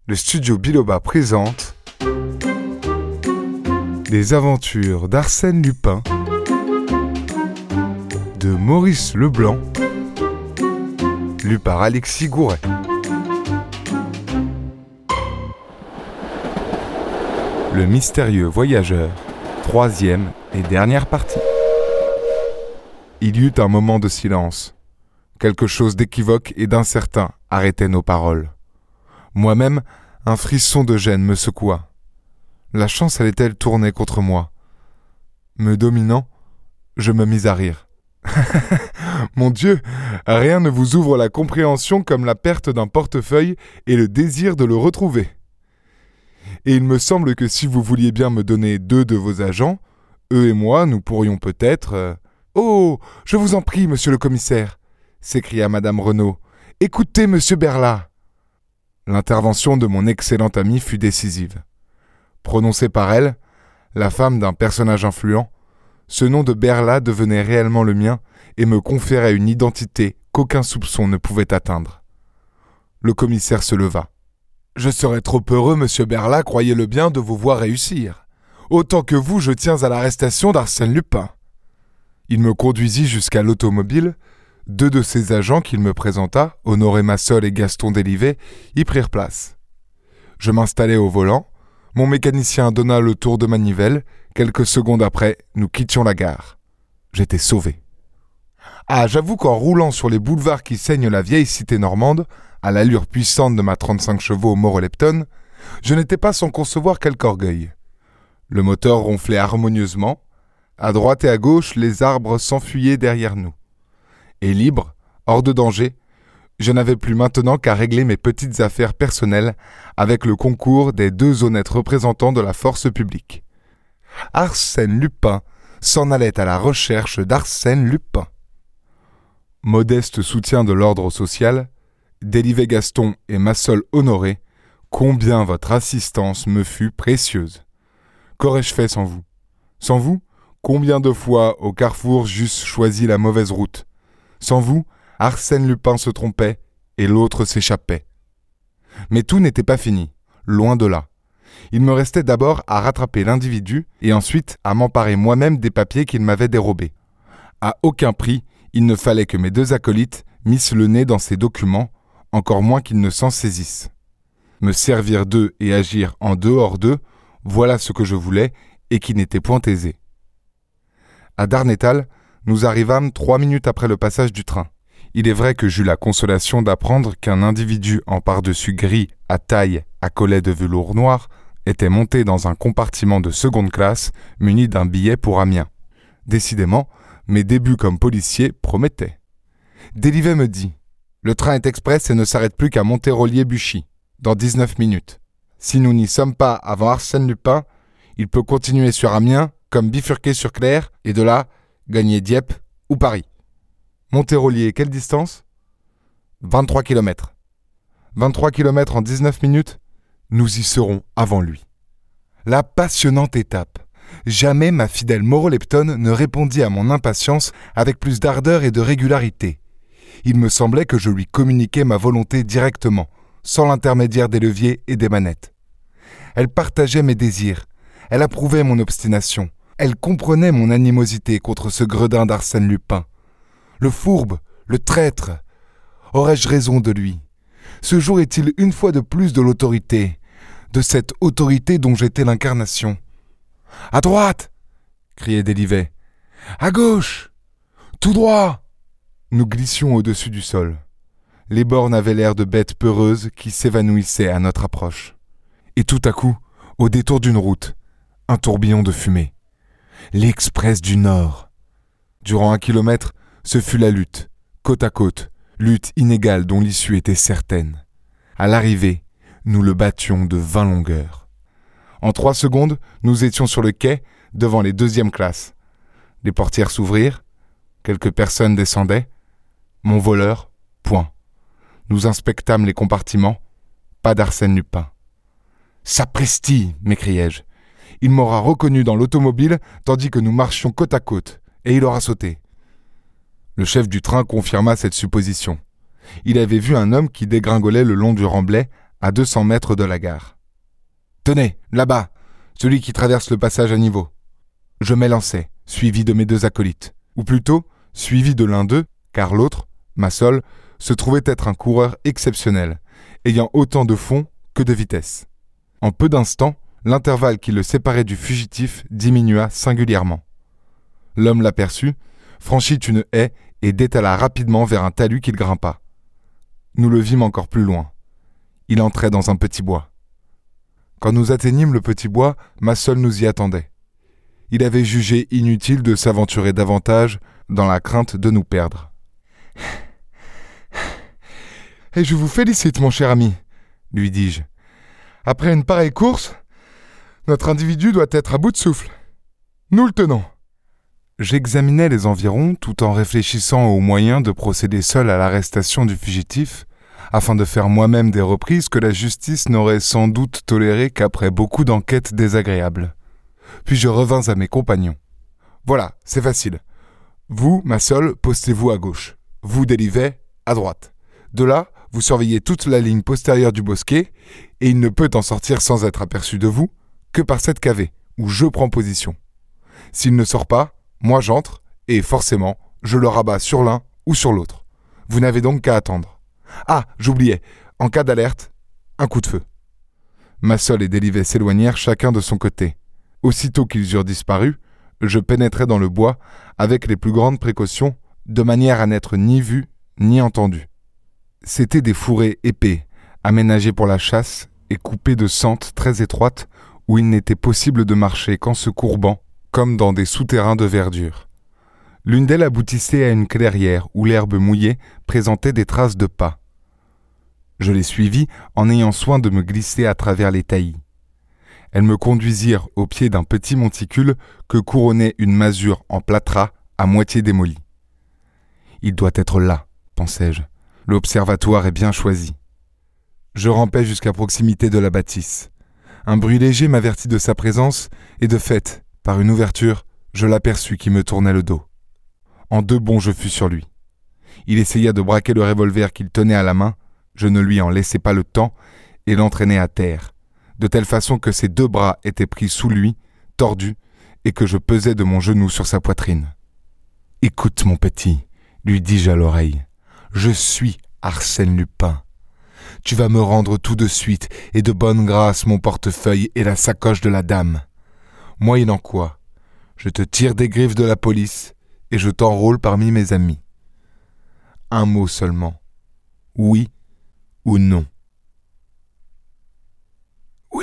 le studio Biloba présente Les aventures d'Arsène Lupin de Maurice Leblanc, lu par Alexis Gouret. Le mystérieux voyageur, troisième et dernière partie. Il y eut un moment de silence. Quelque chose d'équivoque et d'incertain arrêtait nos paroles. Moi-même, un frisson de gêne me secoua. La chance allait-elle tourner contre moi ? Me dominant, je me mis à rire. Mon Dieu, rien ne vous ouvre la compréhension comme la perte d'un portefeuille et le désir de le retrouver. Et il me semble que si vous vouliez bien me donner 2 de vos agents, eux et moi, nous pourrions peut-être... Oh, je vous en prie, monsieur le commissaire, s'écria madame Renaud. Écoutez, monsieur Berlat. L'intervention de mon excellente amie fut décisive. Prononcée par elle, la femme d'un personnage influent, ce nom de Berlat devenait réellement le mien et me conférait une identité qu'aucun soupçon ne pouvait atteindre. Le commissaire se leva. « Je serais trop heureux, monsieur Berlat, croyez-le bien, de vous voir réussir. Autant que vous, je tiens à l'arrestation d'Arsène Lupin. » Il me conduisit jusqu'à l'automobile. 2 de ses agents qu'il me présenta, Honoré Massol et Gaston Délivet, y prirent place. Je m'installai au volant. Mon mécanicien donna le tour de manivelle. Quelques secondes après, nous quittions la gare. J'étais sauvé. Ah, j'avoue qu'en roulant sur les boulevards qui ceignent la vieille cité normande, à l'allure puissante de ma 35 chevaux Moreau-Lepton, je n'étais pas sans concevoir quelque orgueil. Le moteur ronflait harmonieusement. À droite et à gauche, les arbres s'enfuyaient derrière nous. Et libre, hors de danger, je n'avais plus maintenant qu'à régler mes petites affaires personnelles avec le concours des 2 honnêtes représentants de la force publique. Arsène Lupin s'en allait à la recherche d'Arsène Lupin. Modeste soutien de l'ordre social, Délivet Gaston et Massol Honoré, combien votre assistance me fut précieuse. Qu'aurais-je fait sans vous ? Sans vous, combien de fois au carrefour j'eusse choisi la mauvaise route ? Sans vous, Arsène Lupin se trompait et l'autre s'échappait. Mais tout n'était pas fini, loin de là. Il me restait d'abord à rattraper l'individu et ensuite à m'emparer moi-même des papiers qu'il m'avait dérobés. À aucun prix, il ne fallait que mes 2 acolytes missent le nez dans ces documents, encore moins qu'ils ne s'en saisissent. Me servir d'eux et agir en dehors d'eux, voilà ce que je voulais et qui n'était point aisé. À Darnétal, nous arrivâmes 3 minutes après le passage du train. Il est vrai que j'eus la consolation d'apprendre qu'un individu en pardessus gris, à taille, à collet de velours noir, était monté dans un compartiment de seconde classe, muni d'un billet pour Amiens. Décidément, mes débuts comme policier promettaient. Délivet me dit « Le train est express et ne s'arrête plus qu'à Monterolier-Buchy, dans 19 minutes. Si nous n'y sommes pas avant Arsène Lupin, il peut continuer sur Amiens, comme bifurquer sur Clères, et de là, gagner Dieppe ou Paris. Monterolier, quelle distance ? 23 km. 23 km en 19 minutes ? Nous y serons avant lui. La passionnante étape. Jamais ma fidèle Moreau-Lepton ne répondit à mon impatience avec plus d'ardeur et de régularité. Il me semblait que je lui communiquais ma volonté directement, sans l'intermédiaire des leviers et des manettes. Elle partageait mes désirs. Elle approuvait mon obstination. Elle comprenait mon animosité contre ce gredin d'Arsène Lupin. Le fourbe, le traître. Aurais-je raison de lui ? Ce jour est-il une fois de plus de l'autorité, de cette autorité dont j'étais l'incarnation ? « À droite !» criait Délivet. « À gauche !»« Tout droit !» Nous glissions au-dessus du sol. Les bornes avaient l'air de bêtes peureuses qui s'évanouissaient à notre approche. Et tout à coup, au détour d'une route, un tourbillon de fumée. L'Express du Nord. Durant 1 kilomètre, ce fut la lutte, côte à côte, lutte inégale dont l'issue était certaine. À l'arrivée, nous le battions de 20 longueurs. En 3 secondes, nous étions sur le quai, devant les 2e classes. Les portières s'ouvrirent, quelques personnes descendaient. Mon voleur, point. Nous inspectâmes les compartiments, pas d'Arsène Lupin. « Sapristi !» m'écriai-je. Il m'aura reconnu dans l'automobile tandis que nous marchions côte à côte, et il aura sauté. Le chef du train confirma cette supposition. Il avait vu un homme qui dégringolait le long du remblai à 200 mètres de la gare. « Tenez, là-bas, celui qui traverse le passage à niveau. » Je m'élançai, suivi de mes 2 acolytes, ou plutôt, suivi de l'un d'eux, car l'autre, Massol, se trouvait être un coureur exceptionnel, ayant autant de fond que de vitesse. En peu d'instants, l'intervalle qui le séparait du fugitif diminua singulièrement. L'homme l'aperçut, franchit une haie et détala rapidement vers un talus qu'il grimpa. Nous le vîmes encore plus loin. Il entrait dans un petit bois. Quand nous atteignîmes le petit bois, Massol nous y attendait. Il avait jugé inutile de s'aventurer davantage dans la crainte de nous perdre. « Et je vous félicite, mon cher ami, » lui dis-je. « Après une pareille course, notre individu doit être à bout de souffle. Nous le tenons. » J'examinais les environs tout en réfléchissant aux moyens de procéder seul à l'arrestation du fugitif, afin de faire moi-même des reprises que la justice n'aurait sans doute tolérées qu'après beaucoup d'enquêtes désagréables. Puis je revins à mes compagnons. « Voilà, c'est facile. Vous, Massol, postez-vous à gauche. Vous, Delivet, à droite. De là, vous surveillez toute la ligne postérieure du bosquet, et il ne peut en sortir sans être aperçu de vous que par cette cavée, où je prends position. S'il ne sort pas, moi j'entre, et forcément, je le rabats sur l'un ou sur l'autre. Vous n'avez donc qu'à attendre. Ah, j'oubliais, en cas d'alerte, un coup de feu. » Massol et Delivet s'éloignèrent chacun de son côté. Aussitôt qu'ils eurent disparu, je pénétrai dans le bois avec les plus grandes précautions, de manière à n'être ni vu ni entendu. C'étaient des fourrés épais, aménagés pour la chasse et coupés de sentes très étroites où il n'était possible de marcher qu'en se courbant, comme dans des souterrains de verdure. L'une d'elles aboutissait à une clairière où l'herbe mouillée présentait des traces de pas. Je les suivis en ayant soin de me glisser à travers les taillis. Elles me conduisirent au pied d'un petit monticule que couronnait une masure en plâtras à moitié démolie. « Il doit être là, pensai-je. L'observatoire est bien choisi. » Je rampai jusqu'à proximité de la bâtisse. Un bruit léger m'avertit de sa présence et de fait, par une ouverture, je l'aperçus qui me tournait le dos. En 2 bonds, je fus sur lui. Il essaya de braquer le revolver qu'il tenait à la main, je ne lui en laissai pas le temps et l'entraînai à terre, de telle façon que ses 2 bras étaient pris sous lui, tordus, et que je pesais de mon genou sur sa poitrine. « Écoute, mon petit, » lui dis-je à l'oreille, « je suis Arsène Lupin. Tu vas me rendre tout de suite et de bonne grâce mon portefeuille et la sacoche de la dame. Moyennant quoi, je te tire des griffes de la police et je t'enrôle parmi mes amis. Un mot seulement, oui ou non. »« Oui, »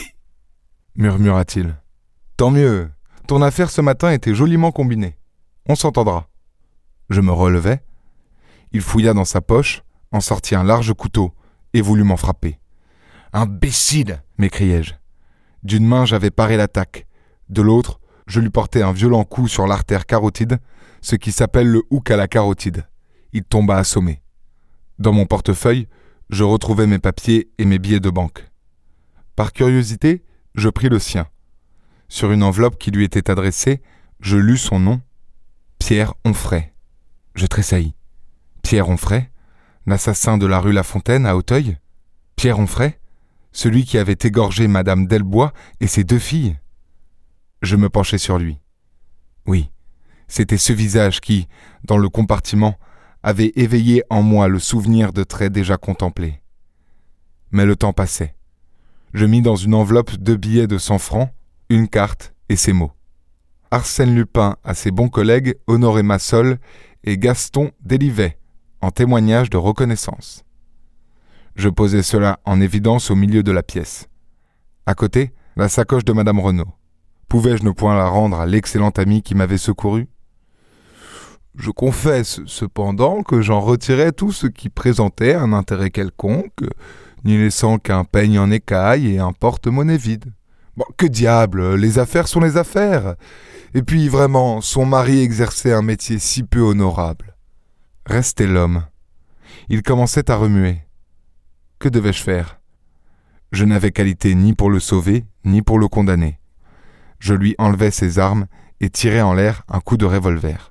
murmura-t-il. « Tant mieux, ton affaire ce matin était joliment combinée. On s'entendra. » Je me relevai. Il fouilla dans sa poche, en sortit un large couteau et voulut m'en frapper. « Imbécile !» m'écriai-je. D'une main, j'avais paré l'attaque. De l'autre, je lui portai un violent coup sur l'artère carotide, ce qui s'appelle le hook à la carotide. Il tomba assommé. Dans mon portefeuille, je retrouvai mes papiers et mes billets de banque. Par curiosité, je pris le sien. Sur une enveloppe qui lui était adressée, je lus son nom, Pierre Onfray. Je tressaillis. Pierre Onfray, l'assassin de la rue La Fontaine à Auteuil? Pierre Onfray, celui qui avait égorgé Madame Delbois et ses 2 filles? Je me penchai sur lui. Oui, c'était ce visage qui, dans le compartiment, avait éveillé en moi le souvenir de traits déjà contemplés. Mais le temps passait. Je mis dans une enveloppe 2 billets de 100 francs, une carte et ces mots. Arsène Lupin à ses bons collègues Honoré Massol et Gaston Delivet, en témoignage de reconnaissance. Je posai cela en évidence au milieu de la pièce. À côté, la sacoche de Madame Renaud. Pouvais-je ne point la rendre à l'excellent ami qui m'avait secouru? Je confesse cependant que j'en retirai tout ce qui présentait un intérêt quelconque, n'y laissant qu'un peigne en écaille et un porte-monnaie vide. Bon, que diable, les affaires sont les affaires. Et puis vraiment, son mari exerçait un métier si peu honorable. Restait l'homme. Il commençait à remuer. Que devais-je faire? Je n'avais qualité ni pour le sauver, ni pour le condamner. Je lui enlevai ses armes et tirai en l'air un coup de revolver.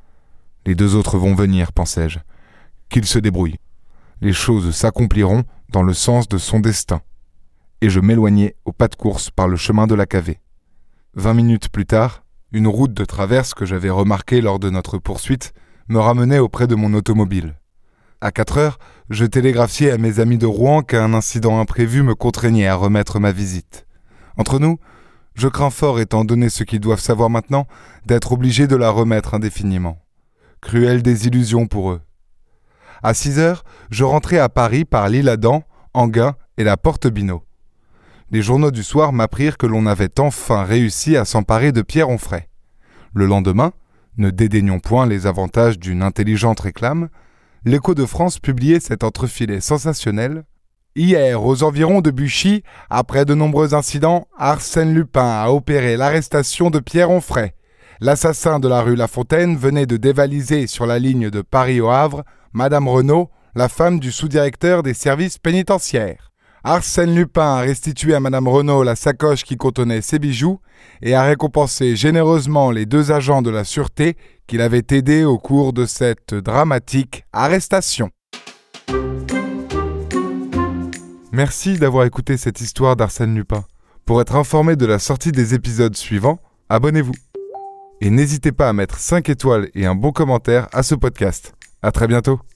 Les 2 autres vont venir, pensai-je. Qu'ils se débrouillent. Les choses s'accompliront dans le sens de son destin, et je m'éloignai au pas de course par le chemin de la Cavée. 20 minutes plus tard, une route de traverse que j'avais remarquée lors de notre poursuite me ramenait auprès de mon automobile. À 4 heures, je télégraphiai à mes amis de Rouen qu'un incident imprévu me contraignait à remettre ma visite. Entre nous, je crains fort, étant donné ce qu'ils doivent savoir maintenant, d'être obligé de la remettre indéfiniment. Cruelle désillusion pour eux. À 6 heures, je rentrai à Paris par l'Isle-Adam, Enghien et la Porte Bineau. Les journaux du soir m'apprirent que l'on avait enfin réussi à s'emparer de Pierre Onfray. Le lendemain, ne dédaignons point les avantages d'une intelligente réclame, l'Écho de France publiait cet entrefilet sensationnel. Hier, aux environs de Buchy, après de nombreux incidents, Arsène Lupin a opéré l'arrestation de Pierre Onfray. L'assassin de la rue La Fontaine venait de dévaliser sur la ligne de Paris au Havre Madame Renaud, la femme du sous-directeur des services pénitentiaires. Arsène Lupin a restitué à Madame Renaud la sacoche qui contenait ses bijoux et a récompensé généreusement les 2 agents de la sûreté qui l'avaient aidé au cours de cette dramatique arrestation. Merci d'avoir écouté cette histoire d'Arsène Lupin. Pour être informé de la sortie des épisodes suivants, abonnez-vous. Et n'hésitez pas à mettre 5 étoiles et un bon commentaire à ce podcast. À très bientôt.